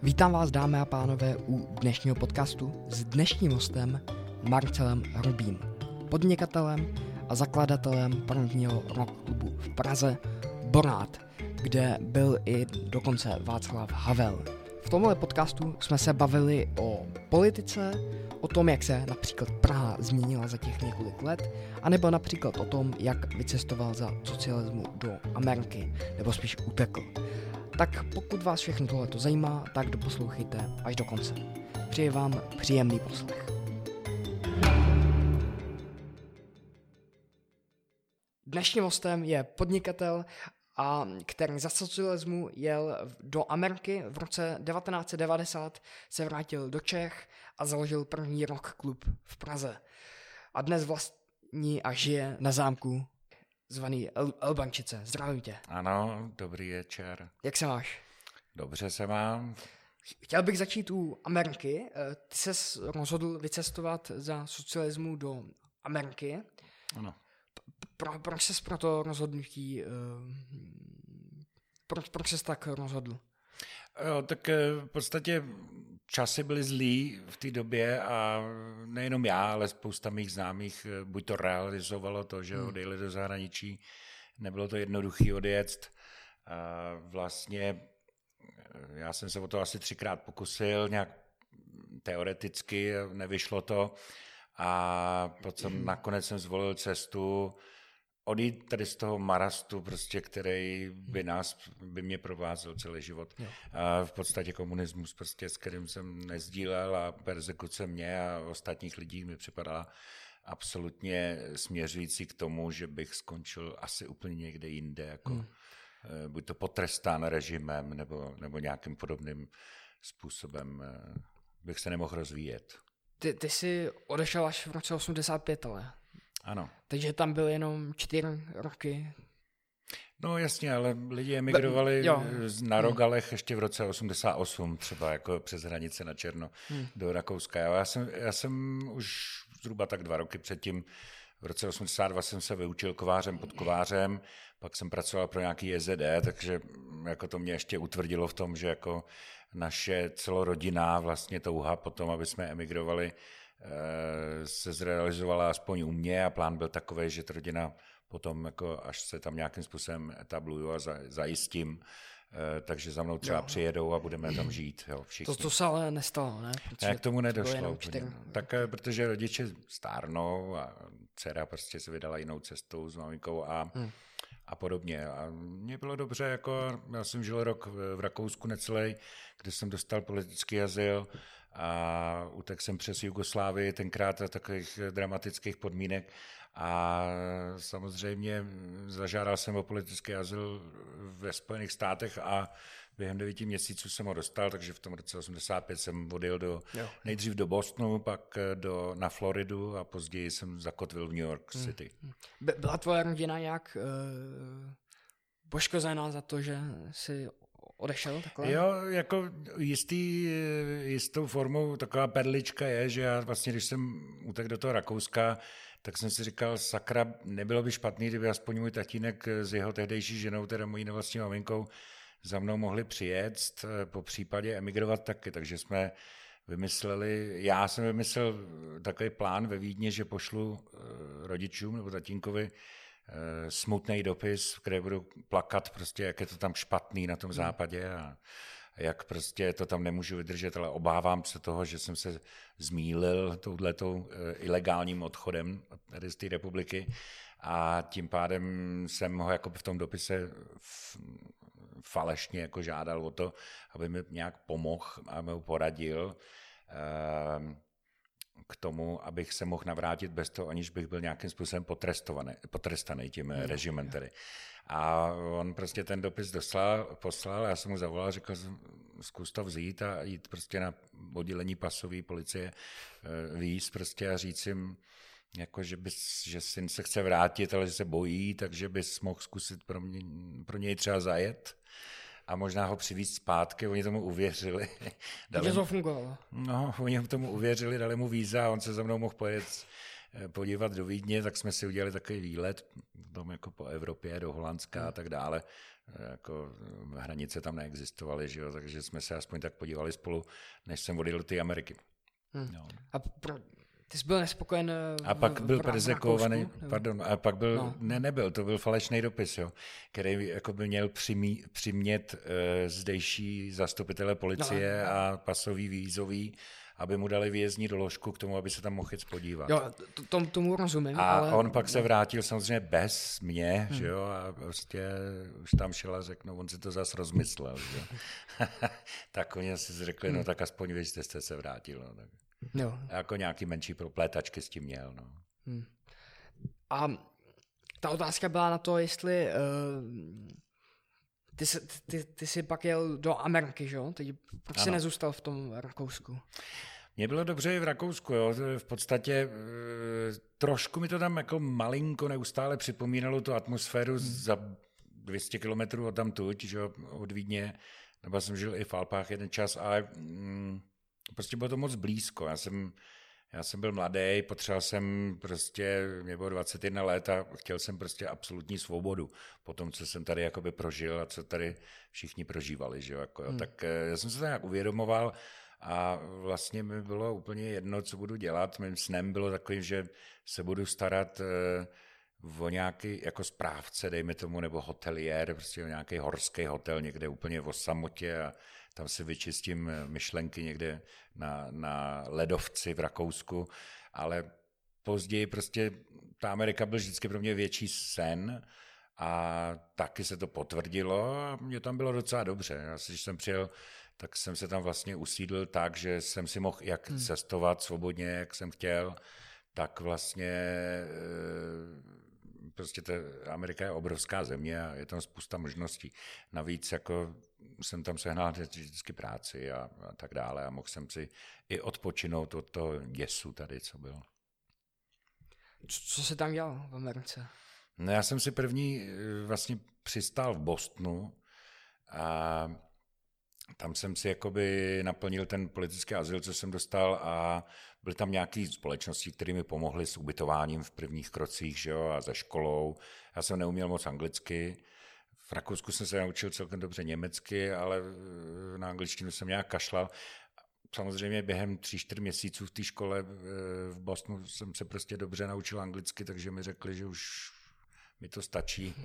Vítám vás, dámy a pánové, u dnešního podcastu s dnešním hostem Marcelem Hrubým, podnikatelem a zakladatelem prvního rock klubu v Praze Borát, kde byl i dokonce Václav Havel. V tomhle podcastu jsme se bavili o politice, o tom, jak se například Praha změnila za těch několik let, anebo například o tom, jak vycestoval za socialismu do Ameriky, nebo spíš utekl. Tak pokud vás všechno tohleto zajímá, tak doposlouchejte až do konce. Přeji vám příjemný poslech. Dnešním hostem je podnikatel, který za socialismu jel do Ameriky. V roce 1990 se vrátil do Čech a založil první rock klub v Praze. A dnes vlastní a žije na zámku zvaný Elbančice. Zdravím tě. Ano, dobrý večer. Jak se máš? Dobře se mám. Chtěl bych začít u Ameriky. Ty ses rozhodl vycestovat za socialismu do Ameriky. Ano. Proč ses pro to rozhodnutí, proč ses tak rozhodl? Jo, tak v podstatě časy byly zlý v té době a nejenom já, ale spousta mých známých buď to realizovalo to, že odjeli do zahraničí, nebylo to jednoduchý odjet. Vlastně já jsem se o to asi 3krát pokusil, nějak teoreticky, nevyšlo to a potom nakonec jsem zvolil cestu odjít tady z toho marastu, prostě, který by mě provázel celý život. A v podstatě komunismus, prostě, s kterým jsem nezdílel a persekuce mě a ostatních lidí mi připadala absolutně směřující k tomu, že bych skončil asi úplně někde jinde, jako buď to potrestán režimem nebo nějakým podobným způsobem bych se nemohl rozvíjet. Ty jsi odešel až v roce 85, ale... Ano. Takže tam byl jenom 4 roky. No jasně, ale lidi emigrovali na Rogalech ještě v roce 88 třeba jako přes hranice na Černo do Rakouska. Já jsem už zhruba tak 2 roky předtím, v roce 82 jsem se vyučil kovářem pod kovářem, pak jsem pracoval pro nějaký JZD, takže jako to mě ještě utvrdilo v tom, že jako naše celorodinná vlastně touha potom, aby jsme emigrovali, se zrealizovala aspoň u mě a plán byl takový, že ta rodina potom, jako až se tam nějakým způsobem etabluju a zajistím, takže za mnou třeba přijedou a budeme tam žít. Jo, to se ale nestalo, ne? K tomu nedošlo. Tak protože rodiče stárnou a dcera prostě se vydala jinou cestou s maminkou a podobně. A mně bylo dobře, jako já jsem žil rok v Rakousku necelý, kde jsem dostal politický azyl a utekl jsem přes Jugoslávii tenkrát za takových dramatických podmínek a samozřejmě zažádal jsem o politický azyl ve Spojených státech a během 9 měsíců jsem ho dostal, takže v tom roce 85 jsem odjel nejdřív do Bostonu, pak na Floridu a později jsem zakotvil v New York City. Byla tvoje rodina nějak poškozená za to, že jsi odešel takhle? Jo, jako jistou formou taková perlička je, že já vlastně, když jsem utekl do toho Rakouska, tak jsem si říkal, sakra, nebylo by špatný, kdyby aspoň můj tatínek s jeho tehdejší ženou, teda mojí nevlastní maminkou, za mnou mohli přijet, po případě emigrovat taky, takže jsme já jsem vymyslel takový plán ve Vídni, že pošlu rodičům nebo tatínkovi smutný dopis, kde budu plakat prostě, jak je to tam špatný na tom západě a jak prostě to tam nemůžu vydržet, ale obávám se toho, že jsem se zmýlil touhletou ilegálním odchodem tady z té republiky a tím pádem jsem ho jako v tom dopise falešně jako žádal o to, aby mi nějak pomohl a mi poradil k tomu, abych se mohl navrátit bez toho, aniž bych byl nějakým způsobem potrestaný tím režimem tedy. A on prostě ten dopis poslal, já jsem mu zavolal, řekl jsem, zkus to vzít a jít prostě na oddělení pasové policie víc prostě a říct jim, jako, že syn se chce vrátit, ale že se bojí, takže bys mohl zkusit pro něj třeba zajet a možná ho přivízt zpátky, oni tomu uvěřili. Takže to fungovalo. No, oni tomu uvěřili, dali mu víza a on se za mnou mohl pojet podívat do Vídně, tak jsme si udělali takový výlet tam jako po Evropě, do Holandska a tak dále. Jako hranice tam neexistovaly, že jo? Takže jsme se aspoň tak podívali spolu, než jsem odjel do té Ameriky. No. A ty jsi byl nespokojen a pak byl perzekvovaný, a pak byl, nebyl, to byl falešný dopis, jo, který jako by měl přimět zdejší zastupitele policie a pasový vízový, aby mu dali výjezdní doložku k tomu, aby se tam mohl jít podívat. Jo, tomu rozumím. A on pak se vrátil samozřejmě bez mě, že jo, a prostě už tam šel a řekl, no on si to zase rozmyslel, že jo. Tak oni si řekli, no tak aspoň vy jste se vrátil, no tak. Jo. Jako nějaký menší proplétačky s tím měl. No. A ta otázka byla na to, jestli ty jsi pak jel do Ameriky, že jo? Proč jsi nezůstal v tom Rakousku? Mně bylo dobře i v Rakousku, jo. V podstatě trošku mi to tam jako malinko neustále připomínalo tu atmosféru za 200 kilometrů od tamtud, že jo, od Vídně. Nebo jsem žil i v Alpách jeden čas, ale prostě bylo to moc blízko. Já jsem byl mladý, potřeboval jsem prostě, mě bylo 21 let a chtěl jsem prostě absolutní svobodu po tom, co jsem tady jakoby prožil a co tady všichni prožívali, že jo, jako, tak já jsem se to nějak uvědomoval a vlastně mi bylo úplně jedno, co budu dělat. Mým snem bylo takovým, že se budu starat o nějaký jako správce, dejme tomu, nebo hoteliér, prostě o nějaký horský hotel někde úplně o samotě a tam si vyčistím myšlenky někde na ledovci v Rakousku, ale později prostě ta Amerika byl vždycky pro mě větší sen a taky se to potvrdilo a mě tam bylo docela dobře. Když jsem přijel, tak jsem se tam vlastně usídlil tak, že jsem si mohl jak cestovat svobodně, jak jsem chtěl, tak vlastně prostě Amerika je obrovská země a je tam spousta možností. Navíc jako jsem tam sehnal vždycky práci a tak dále a mohl jsem si i odpočinout od toho děsu tady, co bylo. Co jsi tam dělal v Americe? No já jsem si první vlastně přistál v Bostonu a tam jsem si jakoby naplnil ten politický azyl, co jsem dostal a byly tam nějaké společnosti, které mi pomohly s ubytováním v prvních krocích, že jo, a se školou. Já jsem neuměl moc anglicky. V Rakousku jsem se naučil celkem dobře německy, ale na angličtinu jsem nějak kašlal. Samozřejmě během 3-4 měsíců v té škole v Bostonu jsem se prostě dobře naučil anglicky, takže mi řekli, že už mi to stačí.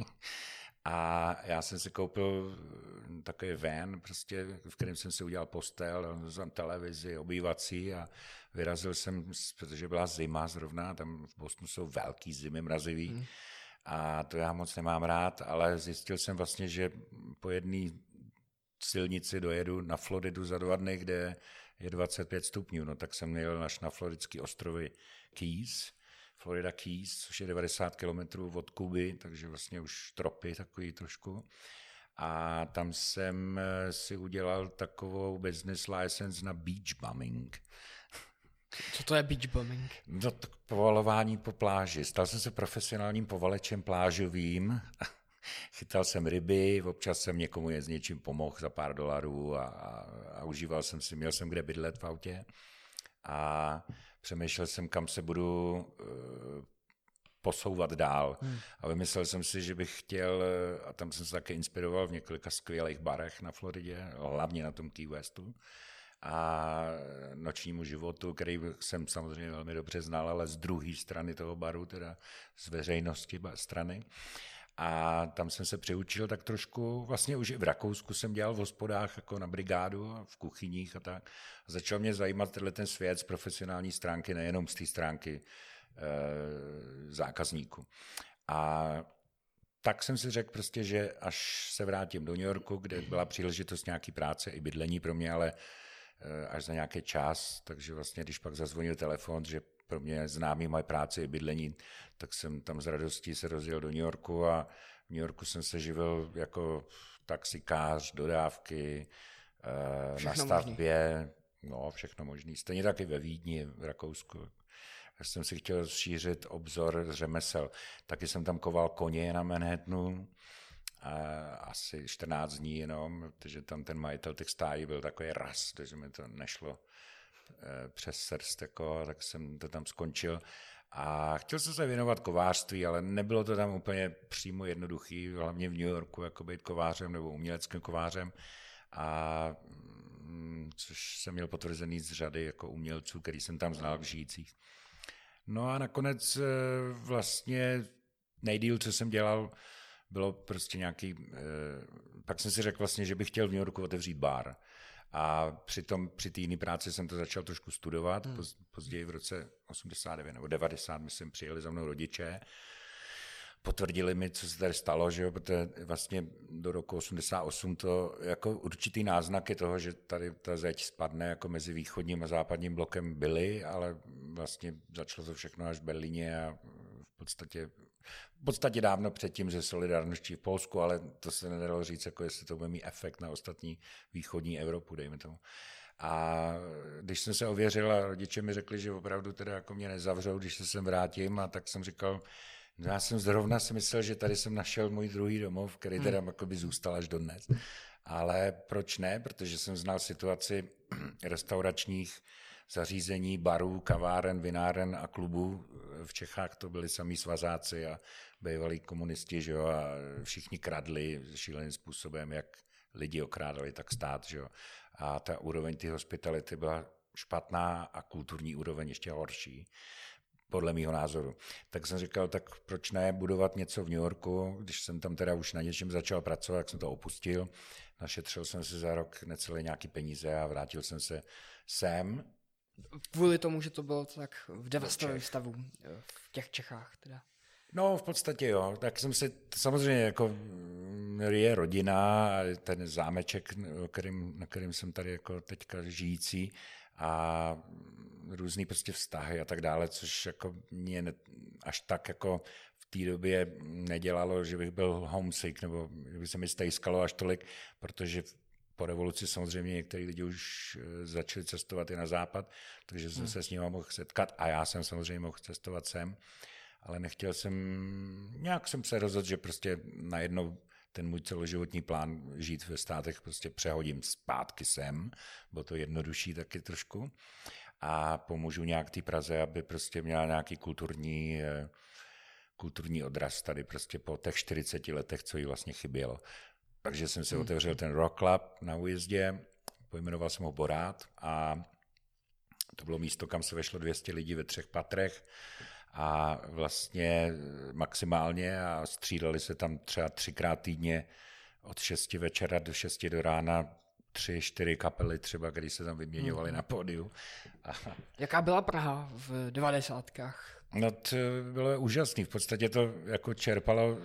A já jsem si koupil takový van, prostě, v kterém jsem si udělal postel, televizi, obývací a vyrazil jsem, protože byla zima zrovna, tam v Bostonu jsou velký zimy, mrazivý a to já moc nemám rád, ale zjistil jsem vlastně, že po jedné silnici dojedu na Floridu za 2 dny, kde je 25 stupňů, no tak jsem jel na floridský ostrovy Keys, Florida Keys, což je 90 kilometrů od Kuby, takže vlastně už tropy takový trošku. A tam jsem si udělal takovou business license na beach bumming. Co to je beach bumming? No, povalování po pláži. Stal jsem se profesionálním povalečem plážovým. Chytal jsem ryby, občas jsem někomu s něčím pomohl za pár $, a užíval jsem si, měl jsem kde bydlet v autě. A přemýšlel jsem, kam se budu posouvat dál. A vymyslel jsem si, že bych chtěl, a tam jsem se také inspiroval v několika skvělých barech na Floridě, hlavně na tom Key Westu, a nočnímu životu, který jsem samozřejmě velmi dobře znal, ale z druhé strany toho baru, teda z veřejnosti strany. A tam jsem se přiučil tak trošku, vlastně už i v Rakousku jsem dělal v hospodách jako na brigádu, v kuchyních a tak. A začal mě zajímat ten svět z profesionální stránky, nejenom z té stránky zákazníků. A tak jsem si řekl prostě, že až se vrátím do New Yorku, kde byla příležitost nějaký práce i bydlení pro mě, ale až za nějaký čas, takže vlastně když pak zazvonil telefon, že pro mě známý moje práce i bydlení, tak jsem tam s radostí se rozjel do New Yorku a v New Yorku jsem se živil jako taxikář, dodávky, na stavbě, no všechno možný. Stejně taky ve Vídni, v Rakousku. Já jsem si chtěl šířit obzor z řemesel. Taky jsem tam koval koně na Manhattanu, asi 14 dní jenom, protože tam ten majitel těch stájí byl takový ras, takže mi to nešlo přes srst, jako, tak jsem to tam skončil. A chtěl jsem se věnovat kovářství, ale nebylo to tam úplně přímo jednoduchý, hlavně v New Yorku, jako být kovářem nebo uměleckým kovářem. A což jsem měl potvrzený z řady jako umělců, který jsem tam znal žijících. No a nakonec vlastně nejdýl, co jsem dělal, bylo prostě nějaký, pak jsem si řekl vlastně, že bych chtěl v New Yorku otevřít bar. A při té jiné práci jsem to začal trošku studovat, později v roce 89 nebo 90, myslím, přijeli za mnou rodiče, potvrdili mi, co se tady stalo, že jo, protože vlastně do roku 88 to jako určitý náznaky toho, že tady ta zeď spadne jako mezi východním a západním blokem byly, ale vlastně začalo to všechno až v Berlíně a v podstatě dávno předtím ze Solidarností v Polsku, ale to se nedalo říct, jako jestli to bude mít efekt na ostatní východní Evropu, dejme tomu. A když jsem se ověřil a rodiče mi řekli, že opravdu teda jako mě nezavřou, když se sem vrátím, a tak jsem říkal, no já jsem zrovna si myslel, že tady jsem našel můj druhý domov, který teda jakoby zůstal až dodnes. Ale proč ne? Protože jsem znal situaci restauračních zařízení, barů, kaváren, vináren a klubů. V Čechách to byli samí svazáci a bývalí komunisti, že jo, a všichni kradli šíleným způsobem, jak lidi okrádali, tak stát, že jo. A ta úroveň té hospitality byla špatná a kulturní úroveň ještě horší, podle mýho názoru. Tak jsem říkal, tak proč ne budovat něco v New Yorku, když jsem tam teda už na něčem začal pracovat, tak jsem to opustil. Našetřil jsem si za rok necelé nějaký peníze a vrátil jsem se sem. Kvůli tomu, že to bylo tak v devastovaném stavu v těch Čechách teda. No, v podstatě jo. Tak jsem si, samozřejmě jako je rodina a ten zámeček, na kterým jsem tady jako teďka žijící a různý prostě vztahy a tak dále, což jako mě až tak jako v té době nedělalo, že bych byl homesick, nebo že by se mi stejskalo až tolik, protože po revoluci samozřejmě některý lidi už začali cestovat i na západ, takže jsem se s nimi mohl setkat a já jsem samozřejmě mohl cestovat sem, ale nechtěl jsem, nějak jsem se rozhodl, že prostě najednou ten můj celoživotní plán žít ve státech prostě přehodím zpátky sem, bylo to jednodušší taky trošku a pomůžu nějak té Praze, aby prostě měla nějaký kulturní odraz tady prostě po těch 40 letech, co jí vlastně chybělo. Takže jsem si otevřel ten Rock Club na Újezdě, pojmenoval jsem ho Borát a to bylo místo, kam se vešlo 200 lidí ve 3 patrech a vlastně maximálně a střídali se tam třeba 3krát týdně od 6 večera do 6 do rána 3-4 kapely třeba, které se tam vyměňovaly na pódiu. Jaká byla Praha v 90kách? No to bylo úžasný, v podstatě to jako čerpalo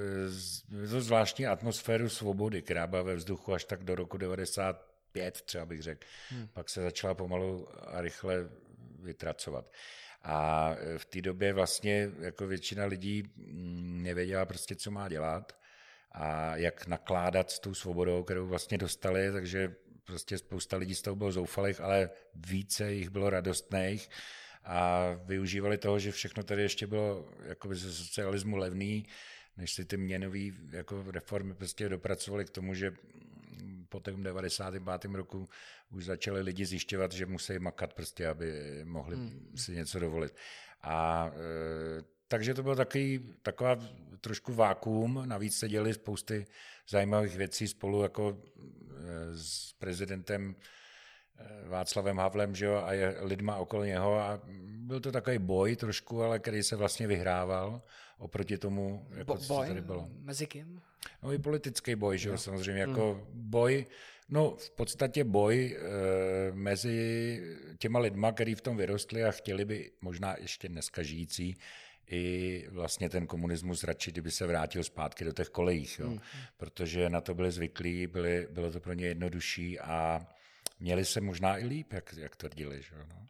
to zvláštní atmosféru svobody, která byla ve vzduchu až tak do roku 95, třeba bych řekl. Pak se začala pomalu a rychle vytracovat. A v té době vlastně jako většina lidí nevěděla prostě, co má dělat a jak nakládat s tou svobodou, kterou vlastně dostali, takže prostě spousta lidí z toho bylo zoufalých, ale více jich bylo radostných a využívali toho, že všechno tady ještě bylo jakoby ze socialismu levný, než si ty měnové jako reformy prostě dopracovali k tomu, že po tom 95. roku už začali lidi zjišťovat, že musí makat prostě, aby mohli si něco dovolit. A takže to bylo taková trošku vákuum, navíc se děli spousty zajímavých věcí spolu jako s prezidentem Václavem Havlem, že jo, a lidma okolo něho a byl to takový boj trošku, ale který se vlastně vyhrával oproti tomu, jako co tady bylo. Mezi kým? No i politický boj, že jo, samozřejmě jako boj, no v podstatě boj mezi těma lidma, který v tom vyrostli a chtěli by možná ještě dneska žijící i vlastně ten komunismus radši, kdyby se vrátil zpátky do těch kolejích, jo, protože na to byli zvyklí, bylo to pro ně jednodušší a měli se možná i líp, jak tvrdili. Že? No.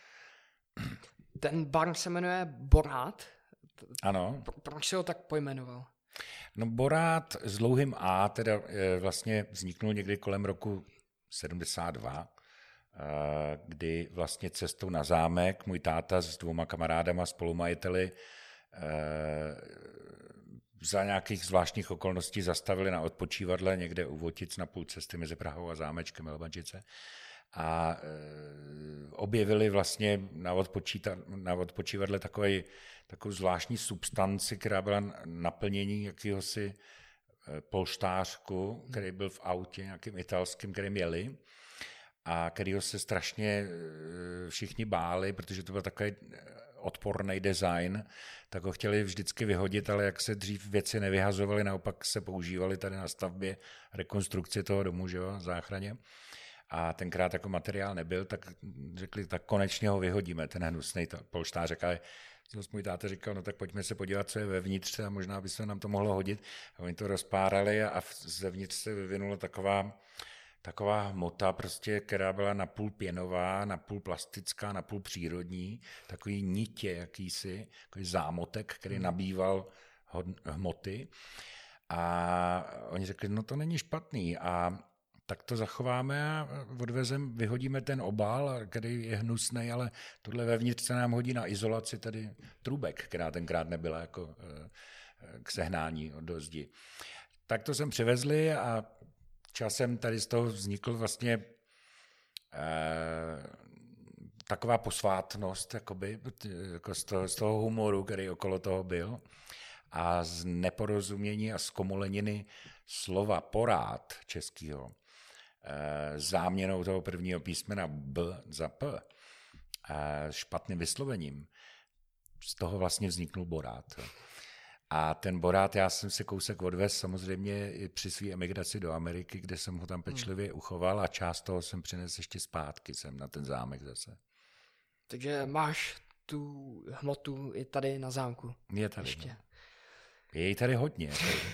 Ten bar se jmenuje Borát. Ano. Proč se ho tak pojmenoval? No Borát s dlouhým A teda vlastně vzniknul někdy kolem roku 72, kdy vlastně cestou na zámek můj táta s 2 kamarádama spolumajiteli za nějakých zvláštních okolností zastavili na odpočívadle někde u Votic na půl cesty mezi Prahou a zámečkem Elbančice. a objevili vlastně na odpočívadle takovou zvláštní substanci, která byla naplnění jakéhosi polštářku, který byl v autě nějakým italským, kterým jeli a kterýho se strašně všichni báli, protože to byl takový odporný design, tak ho chtěli vždycky vyhodit, ale jak se dřív věci nevyhazovaly, naopak se používaly tady na stavbě rekonstrukci toho domu, že jo, záchraně. A tenkrát jako materiál nebyl, tak řekli, tak konečně ho vyhodíme, ten hnusný polštářek. Ale můj táta říkal, no tak pojďme se podívat, co je vevnitř a možná by se nám to mohlo hodit. A oni to rozpárali a zevnitř se vyvinula taková hmota, prostě, která byla napůl pěnová, napůl plastická, napůl přírodní, takový nitě jakýsi, takový zámotek, který nabýval hmoty. A oni řekli, no to není špatný a tak to zachováme a vyhodíme ten obal, který je hnusný, ale tohle vevnitř se nám hodí na izolaci tady trubek, která tenkrát nebyla jako k sehnání do zdi. Tak to jsem přivezli a časem tady z toho vznikl vlastně taková posvátnost jakoby, jako z toho humoru, který okolo toho byl a z neporozumění a z komoleniny slova porád českého záměnou toho prvního písmena B za P špatným vyslovením, z toho vlastně vzniknul borát. A ten borát já jsem si kousek odvez samozřejmě i při své emigraci do Ameriky, kde jsem ho tam pečlivě uchoval a část toho jsem přinesl ještě zpátky sem na ten zámek zase. Takže máš tu hmotu i tady na zámku. Je tady. Ještě. No. Je jí tady hodně.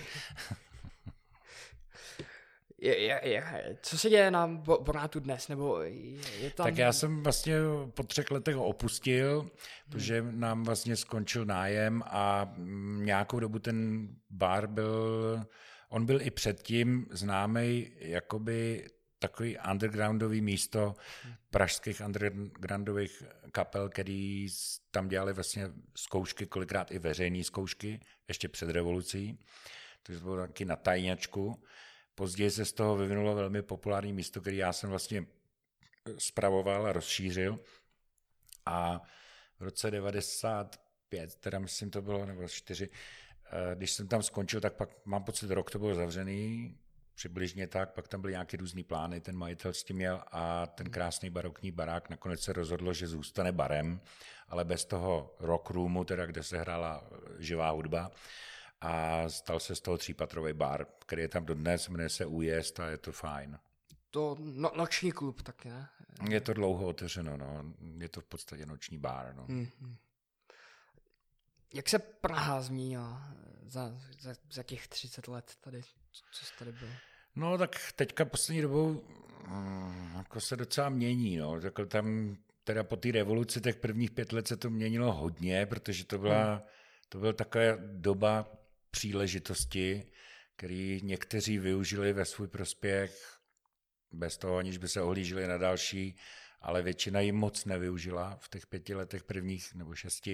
Co se děje na Borátu dnes? Nebo je tam... Tak já jsem vlastně po 3 letech ho opustil, protože nám vlastně skončil nájem a nějakou dobu ten bar byl i předtím známý jakoby takový undergroundový místo pražských undergroundových kapel, který tam dělali vlastně zkoušky, kolikrát i veřejné zkoušky, ještě před revolucí. To bylo taky na tajňačku. Později se z toho vyvinulo velmi populární místo, který já jsem vlastně spravoval a rozšířil. A v roce 95, teda myslím to bylo, nebo 4, když jsem tam skončil, tak pak mám pocit, rok to bylo zavřený, přibližně tak, pak tam byly nějaké různý plány, ten majitel s tím měl a ten krásný barokní barák nakonec se rozhodlo, že zůstane barem, ale bez toho rock roomu, teda kde se hrála živá hudba. A stal se z toho 3patrový bar, který je tam dodnes, jmenuje se Újezd a je to fajn. To noční klub taky, ne? Je to dlouho otevřeno, no. Je to v podstatě noční bar. No. Mm-hmm. Jak se Praha změnila za těch 30 let tady? Co se tady bylo? No tak teďka poslední dobou jako se docela mění. No. Tam teda po té revoluci těch prvních 5 let se to měnilo hodně, protože to byla taková doba příležitosti, který někteří využili ve svůj prospěch, bez toho, aniž by se ohlížili na další, ale většina jim moc nevyužila v těch 5 letech prvních nebo 6.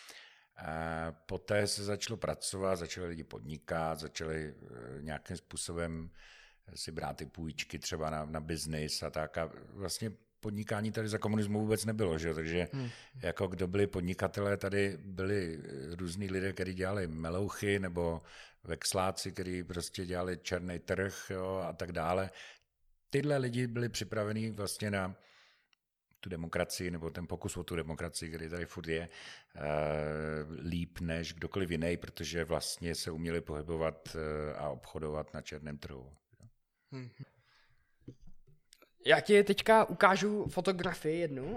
Poté se začalo pracovat, začali lidi podnikat, začali nějakým způsobem si brát ty půjčky třeba na biznis a tak. A vlastně podnikání tady za komunismu vůbec nebylo, že? Takže jako kdo byli podnikatelé, tady byli různí lidé, kteří dělali melouchy nebo vexláci, kteří prostě dělali černý trh, jo, a tak dále. Tyhle lidi byli připravení vlastně na tu demokracii nebo ten pokus o tu demokracii, který tady furt je, líp než kdokoliv jiný, protože vlastně se uměli pohybovat a obchodovat na černém trhu. Já ti teďka ukážu fotografii jednu.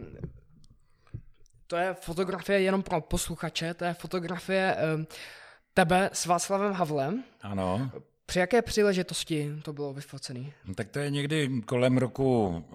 To je fotografie jenom pro posluchače, to je fotografie tebe s Václavem Havlem. Ano. Při jaké příležitosti to bylo vyfocené? No, tak to je někdy kolem roku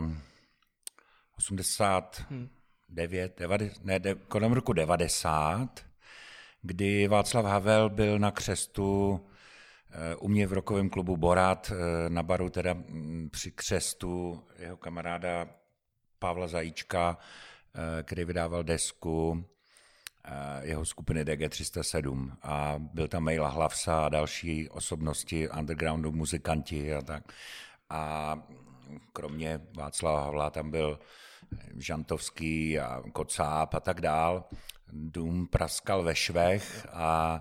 89, kolem roku 90, kdy Václav Havel byl na křestu u mě v rockovém klubu Borát na baru, teda při křestu jeho kamaráda Pavla Zajíčka, který vydával desku jeho skupiny DG307 a byl tam Mejla Hlavsa a další osobnosti undergroundu, muzikanti a tak. A kromě Václava Havla tam byl Žantovský a Kocáb a tak dál. Dům praskal ve švech a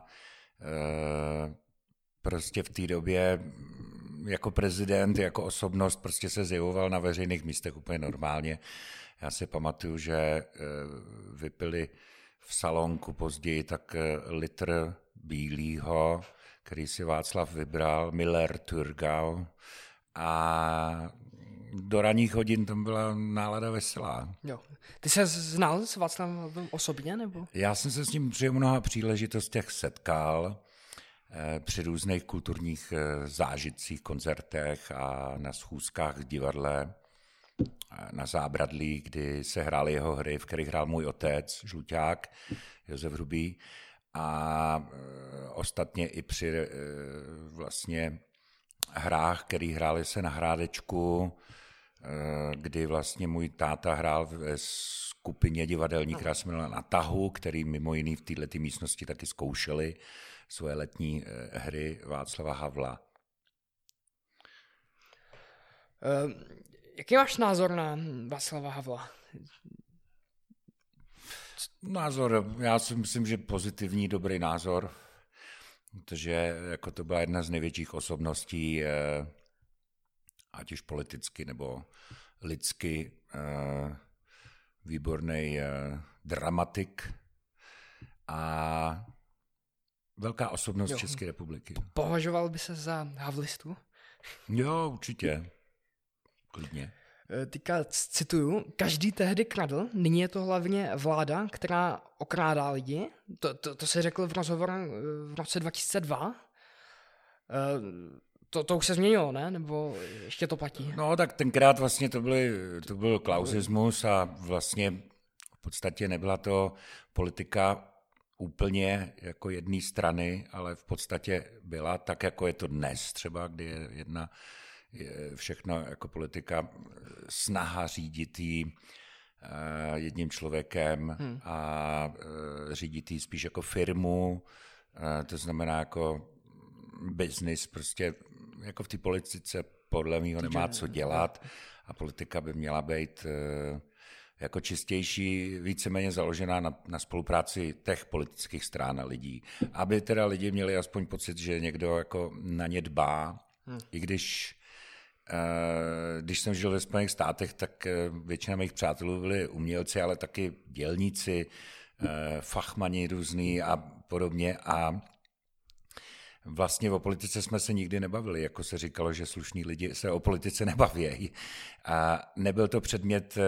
prostě v té době jako prezident, jako osobnost prostě se zjevoval na veřejných místech úplně normálně. Já si pamatuju, že vypili v Salonku později tak litr bílýho, který si Václav vybral, Miller Thurgau, a do ranních hodin tam byla nálada veselá. Jo. Ty se znal s Václavem osobně, nebo? Já jsem se s ním při mnoha příležitostech setkal při různých kulturních zážitcích, koncertech a na schůzkách v divadle na Zábradlí, kdy se hrály jeho hry, v kterých hrál můj otec, žluťák, Josef Hrubý, a ostatně i při vlastně hrách, který hráli se na Hrádečku, kdy vlastně můj táta hrál ve skupině divadelní, která se jmenovala Na tahu, který mimo jiný v této místnosti taky zkoušeli svoje letní hry Václava Havla. Jaký máš názor na Václava Havla? Názor, já si myslím, že pozitivní, dobrý názor, protože jako to byla jedna z největších osobností, ať už politicky nebo lidsky, výborný dramatik a velká osobnost České republiky. Považoval by se za havlistu? Jo, určitě. Klidně. Teďka cituju, každý tehdy kradl, nyní je to hlavně vláda, která okrádá lidi. To se řekl v rozhovoru v roce 2002. To už se změnilo, ne? Nebo ještě to platí? No, tak tenkrát vlastně to byl klausismus a vlastně v podstatě nebyla to politika úplně jako jedné strany, ale v podstatě byla tak, jako je to dnes třeba, kdy je všechno jako politika snaha řídit jí jedním člověkem a řídit jí spíš jako firmu, to znamená jako business, prostě jako v té politice podle mého nemá co dělat a politika by měla být jako čistější, víceméně založená na spolupráci těch politických stran a lidí. Aby teda lidi měli aspoň pocit, že někdo jako na ně dbá, i když jsem žil ve Spojených státech, tak většina mých přátelů byli umělci, ale taky dělníci, fachmani různý a podobně. A vlastně o politice jsme se nikdy nebavili, jako se říkalo, že slušní lidi se o politice nebaví. A nebyl to předmět,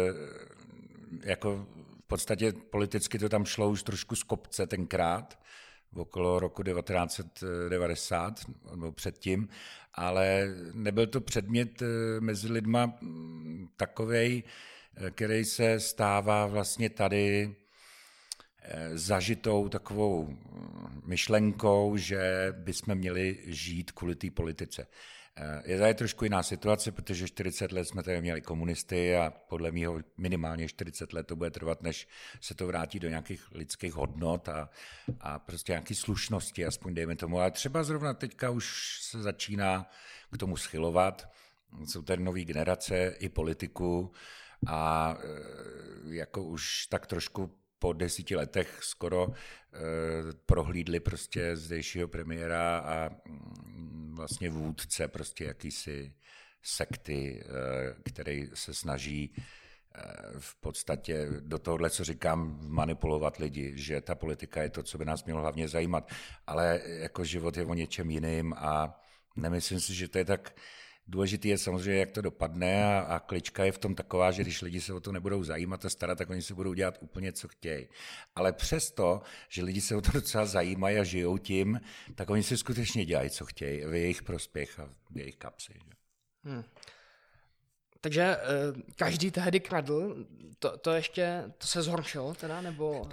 jako v podstatě politicky to tam šlo už trošku z kopce tenkrát, okolo roku 1990, nebo předtím, ale nebyl to předmět mezi lidma takovej, který se stává vlastně tady zažitou takovou myšlenkou, že bychom měli žít kvůli té politice. Je tady trošku jiná situace, protože 40 let jsme tady měli komunisty a podle mého minimálně 40 let to bude trvat, než se to vrátí do nějakých lidských hodnot a prostě nějaké slušnosti, aspoň dejme tomu. Ale třeba zrovna teďka už se začíná k tomu schylovat. Jsou tady nový generace i politiků a jako už tak trošku po 10 letech skoro prohlídli prostě zdejšího premiéra a vlastně vůdce prostě jakýsi sekty, který se snaží v podstatě do tohohle, co říkám, manipulovat lidi, že ta politika je to, co by nás mělo hlavně zajímat, ale jako život je o něčem jiným a nemyslím si, že to je tak důležitý, je samozřejmě, jak to dopadne a klička je v tom taková, že když lidi se o to nebudou zajímat a starat, tak oni si budou dělat úplně, co chtějí. Ale přesto, že lidi se o to docela zajímají a žijou tím, tak oni si skutečně dělají, co chtějí v jejich prospěch a v jejich kapsy. Takže každý tehdy kradl, to se zhoršilo teda, nebo?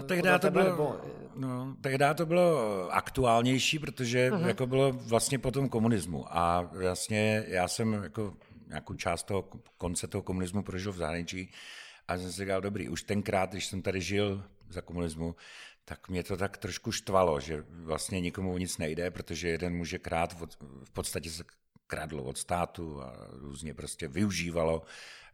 Tehdy to bylo aktuálnější, protože jako bylo vlastně po tom komunismu a vlastně já jsem jako nějakou část toho konce toho komunismu prožil v zahraničí a jsem si říkal, dobrý, už tenkrát, když jsem tady žil za komunismu, tak mě to tak trošku štvalo, že vlastně nikomu o nic nejde, protože jeden může krát v podstatě se kradlo od státu a různě prostě využívalo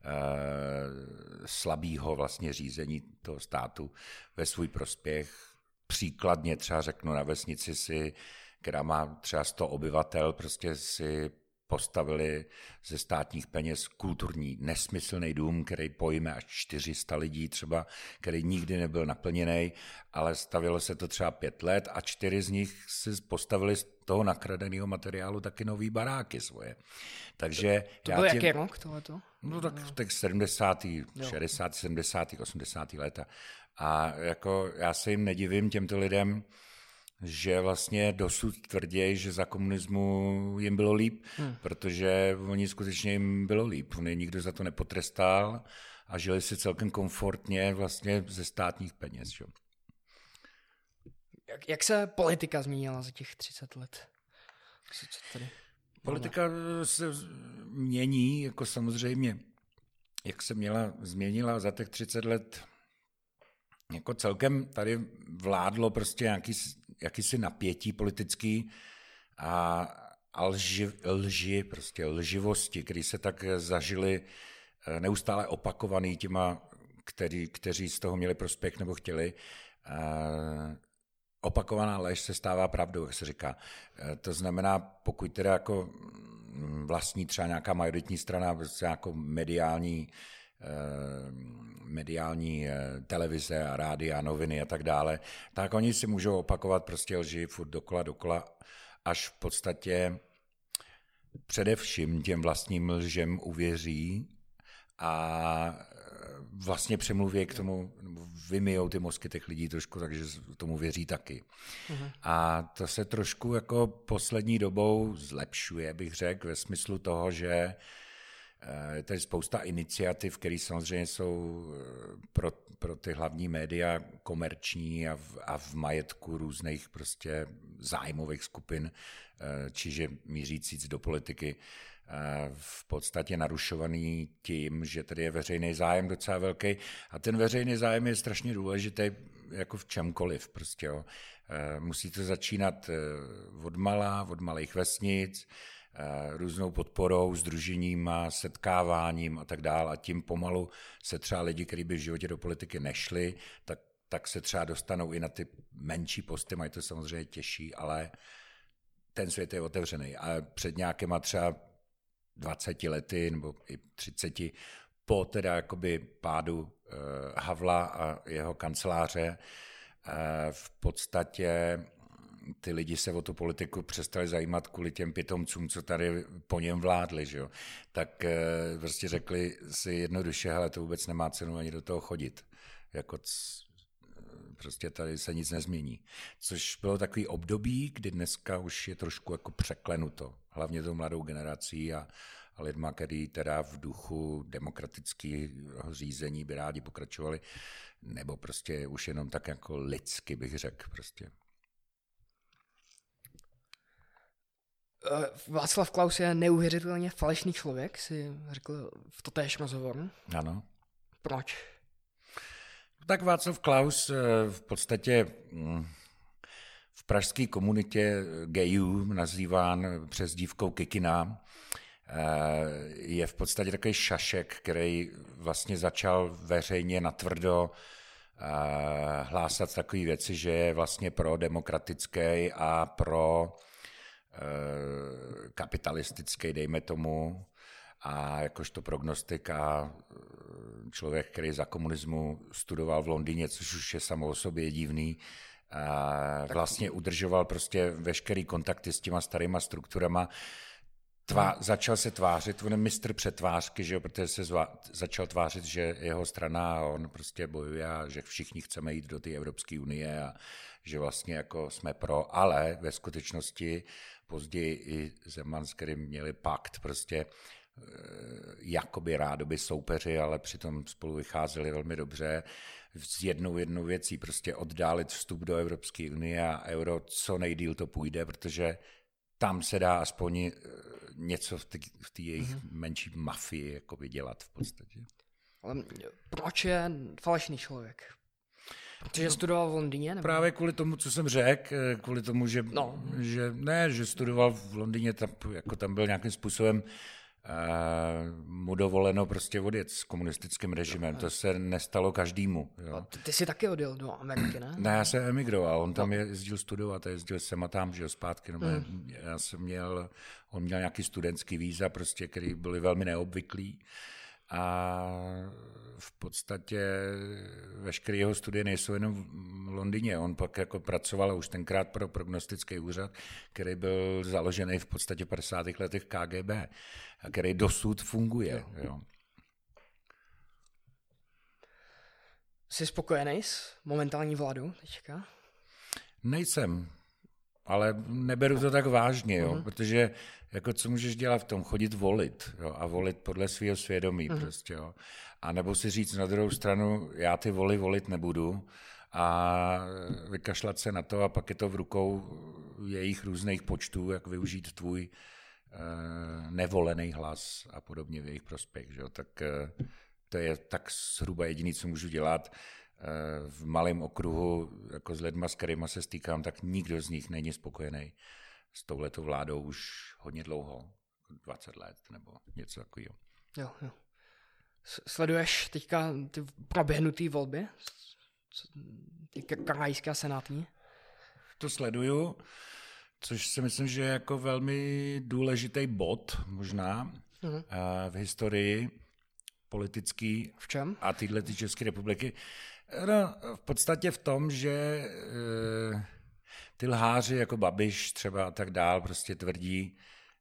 slabýho vlastně řízení toho státu ve svůj prospěch. Příkladně třeba řeknu na vesnici která má třeba 100 obyvatel, prostě si postavili ze státních peněz kulturní nesmyslný dům, který pojme až 400 lidí třeba, který nikdy nebyl naplněný, ale stavilo se to třeba 5 let a 4 z nich si postavili z toho nakradeného materiálu taky nový baráky svoje. Takže to byl jaký rok tohleto? No tak 70., 60., 70., 80. léta. A jako já se jim nedivím těmto lidem, že vlastně dosud tvrději, že za komunismu jim bylo líp, protože oni skutečně jim bylo líp. Nikdo za to nepotrestal a žili si celkem komfortně vlastně ze státních peněz. Že? Jak se politika změnila za těch 30 let? Politika se mění, jako samozřejmě, jak se změnila za těch 30 let. Jako celkem tady vládlo prostě jakýsi napětí politický a lživosti, které se tak zažily neustále opakovaný těma, kteří z toho měli prospěch nebo chtěli. Opakovaná lež se stává pravdou, jak se říká. To znamená, pokud teda jako vlastní třeba nějaká majoritní strana, prostě jako mediální televize a rádia, noviny a tak dále, tak oni si můžou opakovat prostě lži furt dokola, až v podstatě především těm vlastním lžem uvěří a vlastně přemluví k tomu, vymijou ty mozky těch lidí trošku, takže tomu věří taky. A to se trošku jako poslední dobou zlepšuje, bych řekl, ve smyslu toho, že je tady spousta iniciativ, které samozřejmě jsou pro ty hlavní média komerční a v majetku různých prostě zájmových skupin, čiže mířící do politiky, v podstatě narušovaný tím, že tady je veřejný zájem docela velký a ten veřejný zájem je strašně důležitý jako v čemkoliv. Prostě, jo. Musí to začínat od malých vesnic, různou podporou, sdruženíma, setkáváním a tak dále. A tím pomalu se třeba lidi, kteří by v životě do politiky nešli, tak se třeba dostanou i na ty menší posty, mají to samozřejmě těžší, ale ten svět je otevřený. A před nějakýma třeba 20 lety nebo i 30 po teda jakoby pádu Havla a jeho kanceláře v podstatě ty lidi se o tu politiku přestali zajímat kvůli těm pitomcům, co tady po něm vládli, že jo. Tak prostě řekli si jednoduše, hele, to vůbec nemá cenu ani do toho chodit. Jako prostě tady se nic nezmění. Což bylo takový období, kdy dneska už je trošku jako překlenuto. Hlavně tou mladou generací a lidma, který teda v duchu demokratického řízení by rádi pokračovali, nebo prostě už jenom tak jako lidsky, bych řekl prostě. Václav Klaus je neuvěřitelně falešný člověk, si řekl v totéž rozhovoru. Ano. Proč? Tak Václav Klaus v podstatě v pražské komunitě gayů nazýván přezdívkou Kikina, je v podstatě takový šašek, který vlastně začal veřejně natvrdo hlásat takové věci, že je vlastně pro demokratický a pro kapitalistický, dejme tomu, a jakožto prognostik a člověk, který za komunismu studoval v Londýně, což už je samo o sobě divný, vlastně udržoval prostě veškerý kontakty s těma starýma strukturama, začal se tvářit, on je mistr přetvářky, že jo, protože se začal tvářit, že jeho strana a on prostě bojuje a že všichni chceme jít do té Evropské unie a že vlastně jako jsme pro, ale ve skutečnosti později i Zeman, s kterým měli pakt, prostě jakoby rádoby soupeři, ale přitom spolu vycházeli velmi dobře s jednou věcí, prostě oddálit vstup do Evropské unie a euro, co nejdýl to půjde, protože tam se dá aspoň něco v té jejich menší mafii jako dělat v podstatě. Ale proč je falešný člověk? Protože studoval v Londýně? Nebo? Právě kvůli tomu, co jsem řekl, kvůli tomu, že studoval v Londýně, tam byl nějakým způsobem mu dovoleno prostě odjet s komunistickým režimem. To se nestalo každému. Jo. A ty jsi taky odjel do Ameriky, ne? Ne, já jsem emigroval, on tam jezdil studovat a jezdil sem a tam, že jo, zpátky. No, on měl nějaký studentský víza, prostě, který byly velmi neobvyklý. A v podstatě veškeré jeho studie nejsou jenom v Londýně. On pak jako pracoval už tenkrát pro prognostický úřad, který byl založený v podstatě v 50. letech KGB a který dosud funguje. Jo. Jsi spokojený s momentální vládou teďka? Nejsem, ale neberu to tak vážně, jo, protože jako co můžeš dělat v tom? Chodit volit, jo, a volit podle svého svědomí prostě, jo. A nebo si říct na druhou stranu, já ty volit nebudu a vykašlat se na to a pak je to v rukou jejich různých počtů, jak využít tvůj nevolený hlas a podobně v jejich prospěch, že jo. Tak to je tak zhruba jediné, co můžu dělat. V malém okruhu, jako s lidma, s kterýma se stýkám, tak nikdo z nich není spokojený s touhletou vládou už hodně dlouho, 20 let nebo něco takového. Jo. Sleduješ teďka ty proběhnutý volby? Ty kanadské a senátní? To sleduju, což si myslím, že je jako velmi důležitý bod možná v historii politický. V čem? A tyhle České republiky. No, v podstatě v tom, že ty lháři jako Babiš třeba a tak dál prostě tvrdí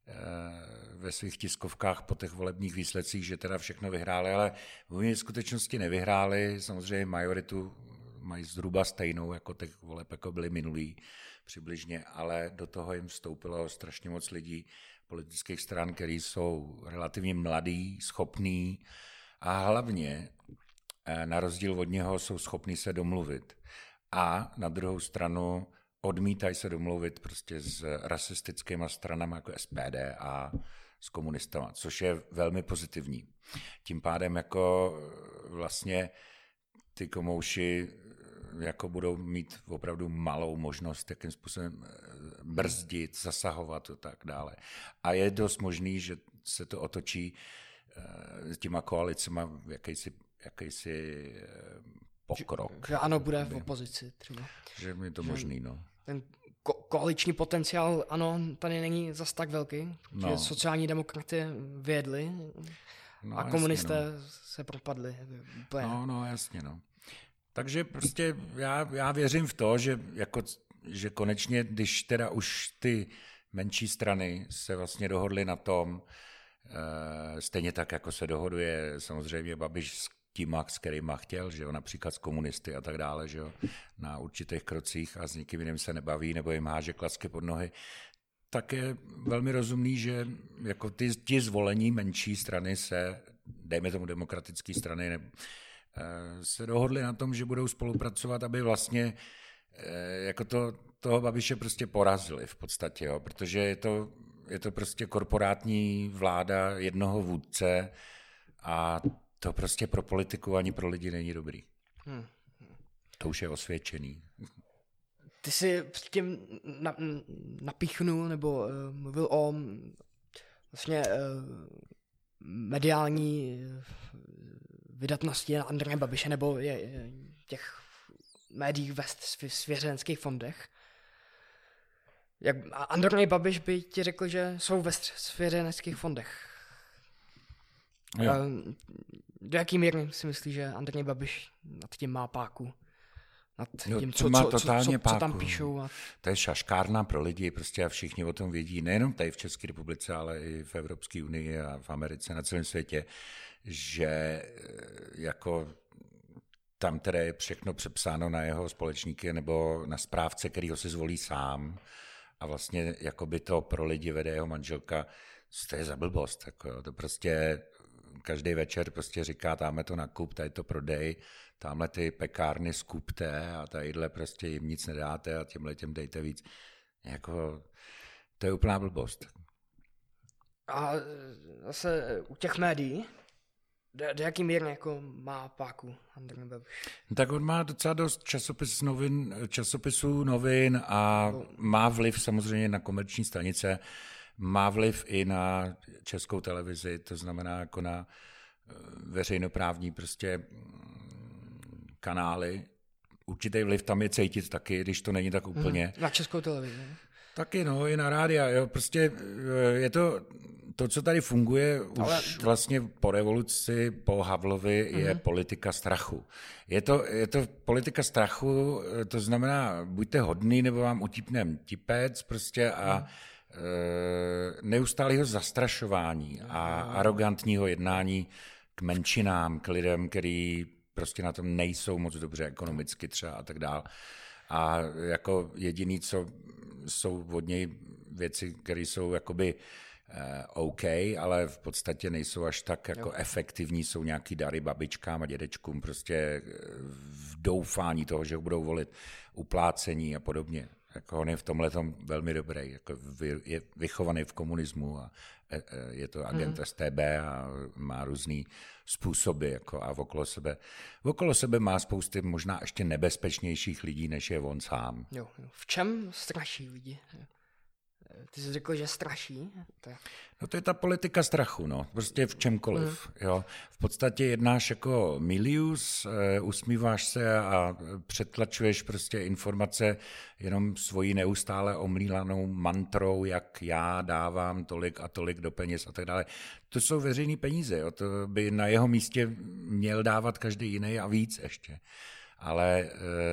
ve svých tiskovkách po těch volebních výsledcích, že teda všechno vyhráli, ale oni v skutečnosti nevyhráli, samozřejmě majoritu mají zhruba stejnou, jako těch voleb, jako byly minulý přibližně, ale do toho jim vstoupilo strašně moc lidí politických stran, který jsou relativně mladí, schopní a hlavně na rozdíl od něho jsou schopní se domluvit. A na druhou stranu odmítají se domluvit prostě s rasistickými stranami jako SPD a s komunistama, což je velmi pozitivní. Tím pádem jako vlastně ty komouši jako budou mít opravdu malou možnost, jakým způsobem brzdit, zasahovat a tak dále. A je dost možný, že se to otočí s těma koalicema jakýsi pokrok. Že ano, bude v opozici třeba. Že je to možný, no. Ten koaliční potenciál, ano, tady není zas tak velký, že sociální demokraty vyjedli a komunisté se propadli. Úplně. No, jasně, no. Takže prostě já věřím v to, že konečně, když teda už ty menší strany se vlastně dohodly na tom, stejně tak, jako se dohoduje samozřejmě Babiš s těma, s kterýma chtěl, že jo, například s komunisty a tak dále, že jo, na určitých krocích a s nikým jiným se nebaví nebo jim háže klacky pod nohy, tak je velmi rozumný, že jako ti zvolení menší strany se, dejme tomu demokratické strany, se dohodli na tom, že budou spolupracovat, aby vlastně jako toho Babiše prostě porazili v podstatě, jo, protože je to prostě korporátní vláda jednoho vůdce a to prostě pro politiku ani pro lidi není dobrý. To už je osvědčený. Ty jsi předtím napíchnul nebo mluvil o vlastně mediální vydatnosti Andreje Babiše nebo těch médií ve svěřenských fondech. Andrej Babiš by ti řekl, že jsou ve svěřeneckých fondech. Jo. Do jaký míry si myslíš, že Andrej Babiš nad tím má páku? Nad tím, co tam píšou? To je šaškárna pro lidi, prostě a všichni o tom vědí, nejenom tady v České republice, ale i v Evropské unii a v Americe, na celém světě, že jako tam teda je všechno přepsáno na jeho společníky nebo na správce, který ho si zvolí sám a vlastně jako by to pro lidi vede jeho manželka, to je za blbost, jako, to prostě každý večer prostě říká, tamhle to nakup, tady to prodej, tamhle ty pekárny skupte a tadyhle prostě jim nic nedáte a těm dejte víc. Jako, to je úplná blbost. A zase u těch médií, Do jaký míry jako má páku Andrej Babiš? Tak on má docela dost časopisů, novin a má vliv samozřejmě na komerční stanice, má vliv i na Českou televizi, to znamená jako na veřejnoprávní prostě kanály. Určitý vliv tam je cítit taky, když to není tak úplně. Na Českou televizi. Taky, no, i na rádia, jo, prostě je to, co tady funguje už vlastně po revoluci, po Havlovi, je politika strachu. Je to politika strachu, to znamená, buďte hodný, nebo vám utípnem tipec prostě a neustálého zastrašování a arrogantního jednání k menšinám, k lidem, který prostě na tom nejsou moc dobře ekonomicky třeba a tak dál. A jako jediný, co jsou od něj věci, které jsou jakoby OK, ale v podstatě nejsou až tak jako efektivní, jsou nějaký dary babičkám a dědečkům, prostě v doufání toho, že ho budou volit, uplácení a podobně. Jako on je v tomhletom velmi dobrý, jako je vychovaný v komunismu a je to agent STB a má různý způsoby jako a okolo sebe má spousty možná ještě nebezpečnějších lidí, než je on sám. Jo. V čem straší lidi? Ty jsi řekl, že straší? No to je ta politika strachu, no. Prostě v čemkoliv. Jo. V podstatě jednáš jako milius, usmíváš se a přetlačuješ prostě informace jenom svojí neustále omlílanou mantrou, jak já dávám tolik a tolik do peněz a tak dále. To jsou veřejné peníze, jo. To by na jeho místě měl dávat každý jiný a víc ještě. Ale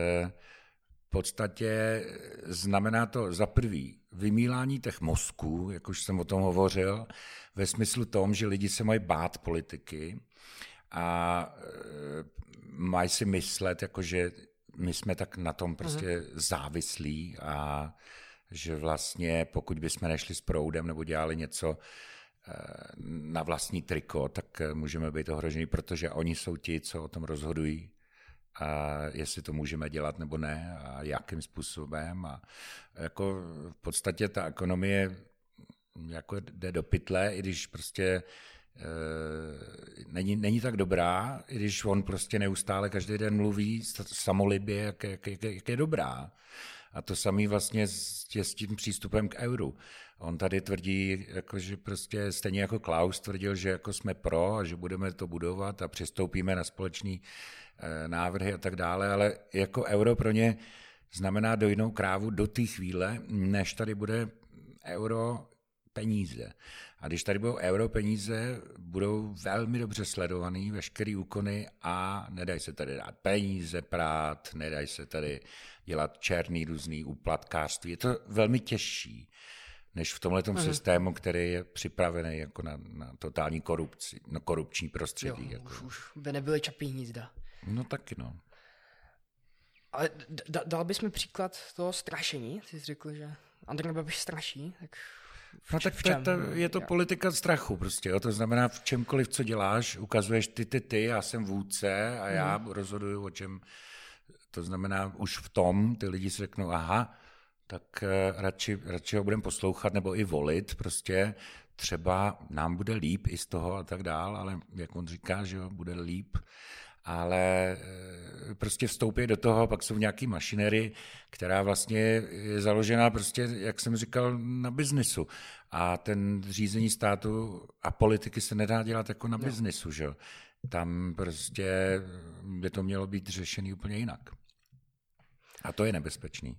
v podstatě znamená to za prvý vymýlání těch mozků, jak už jsem o tom hovořil, ve smyslu tom, že lidi se mají bát politiky a mají si myslet, jako že my jsme tak na tom prostě závislí a že vlastně pokud bychom nešli s proudem nebo dělali něco na vlastní triko, tak můžeme být ohroženi, protože oni jsou ti, co o tom rozhodují. A jestli to můžeme dělat nebo ne a jakým způsobem. A jako v podstatě ta ekonomie jako jde do pytle, i když prostě není tak dobrá, i když on prostě neustále každý den mluví samolibě, jak je dobrá. A to samý vlastně s tím přístupem k euru. On tady tvrdí, jako, že prostě stejně jako Klaus tvrdil, že jako jsme pro a že budeme to budovat a přistoupíme na společný návrhy a tak dále, ale jako euro pro ně znamená dojnou krávu do té chvíle, než tady bude euro peníze. A když tady budou euro peníze, budou velmi dobře sledovaný veškerý úkony a nedají se tady dát peníze prát, nedají se tady dělat černý různý úplatkářství. Je to velmi těžší, než v tomhletom systému, který je připravený jako na totální korupční prostředí. Jo, už by nebyly Čapí hnízda. No taky, no. Ale dal bys mi příklad toho strašení? Ty jsi řekl, že Andrej Babiš straší, tak no tak je to politika strachu prostě, jo? To znamená v čemkoliv, co děláš, ukazuješ ty, já jsem vůdce a já rozhoduju o čem. To znamená už v tom, ty lidi si řeknou, aha, tak radši ho budeme poslouchat nebo i volit, prostě třeba nám bude líp i z toho a tak dál, ale jak on říká, že jo, bude líp, ale prostě vstoupí do toho, pak jsou nějaký mašinery, která vlastně je založená prostě, jak jsem říkal, na biznisu. A ten řízení státu a politiky se nedá dělat jako na biznisu, že jo. Tam prostě by to mělo být řešený úplně jinak. A to je nebezpečný.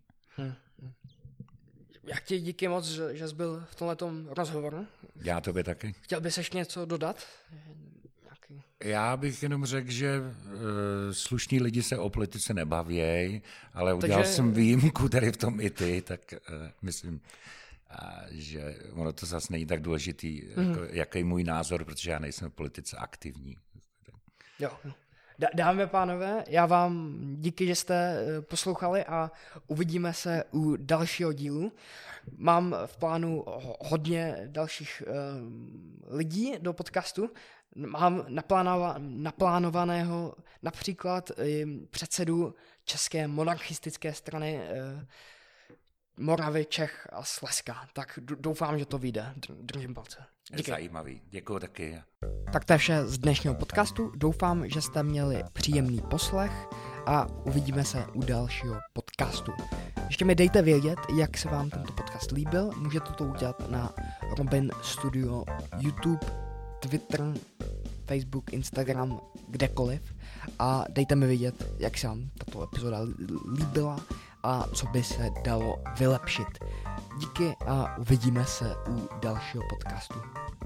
Já ti díky moc, že jsi byl v tomhletom rozhovoru. Já tobě taky. Chtěl bys ještě něco dodat? Já bych jenom řekl, že slušní lidi se o politice nebavějí, ale udělal jsem výjimku tady v tom i ty, tak myslím, že ono to zase není tak důležitý, jako, jaký je můj názor, protože já nejsem v politice aktivní. Jo. Dámy a pánové, já vám díky, že jste poslouchali a uvidíme se u dalšího dílu. Mám v plánu hodně dalších lidí do podcastu. Mám naplánovaného například předsedu České monarchistické strany Moravy, Čech a Slezska. Tak doufám, že to vyjde. Držím palce. Díky. Zajímavý. Děkuju taky. Tak to je vše z dnešního podcastu. Doufám, že jste měli příjemný poslech a uvidíme se u dalšího podcastu. Ještě mi dejte vědět, jak se vám tento podcast líbil. Můžete to udělat na Robin Studio, YouTube, Twitter, Facebook, Instagram, kdekoliv. A dejte mi vědět, jak se vám tato epizoda líbila a co by se dalo vylepšit. Díky a uvidíme se u dalšího podcastu.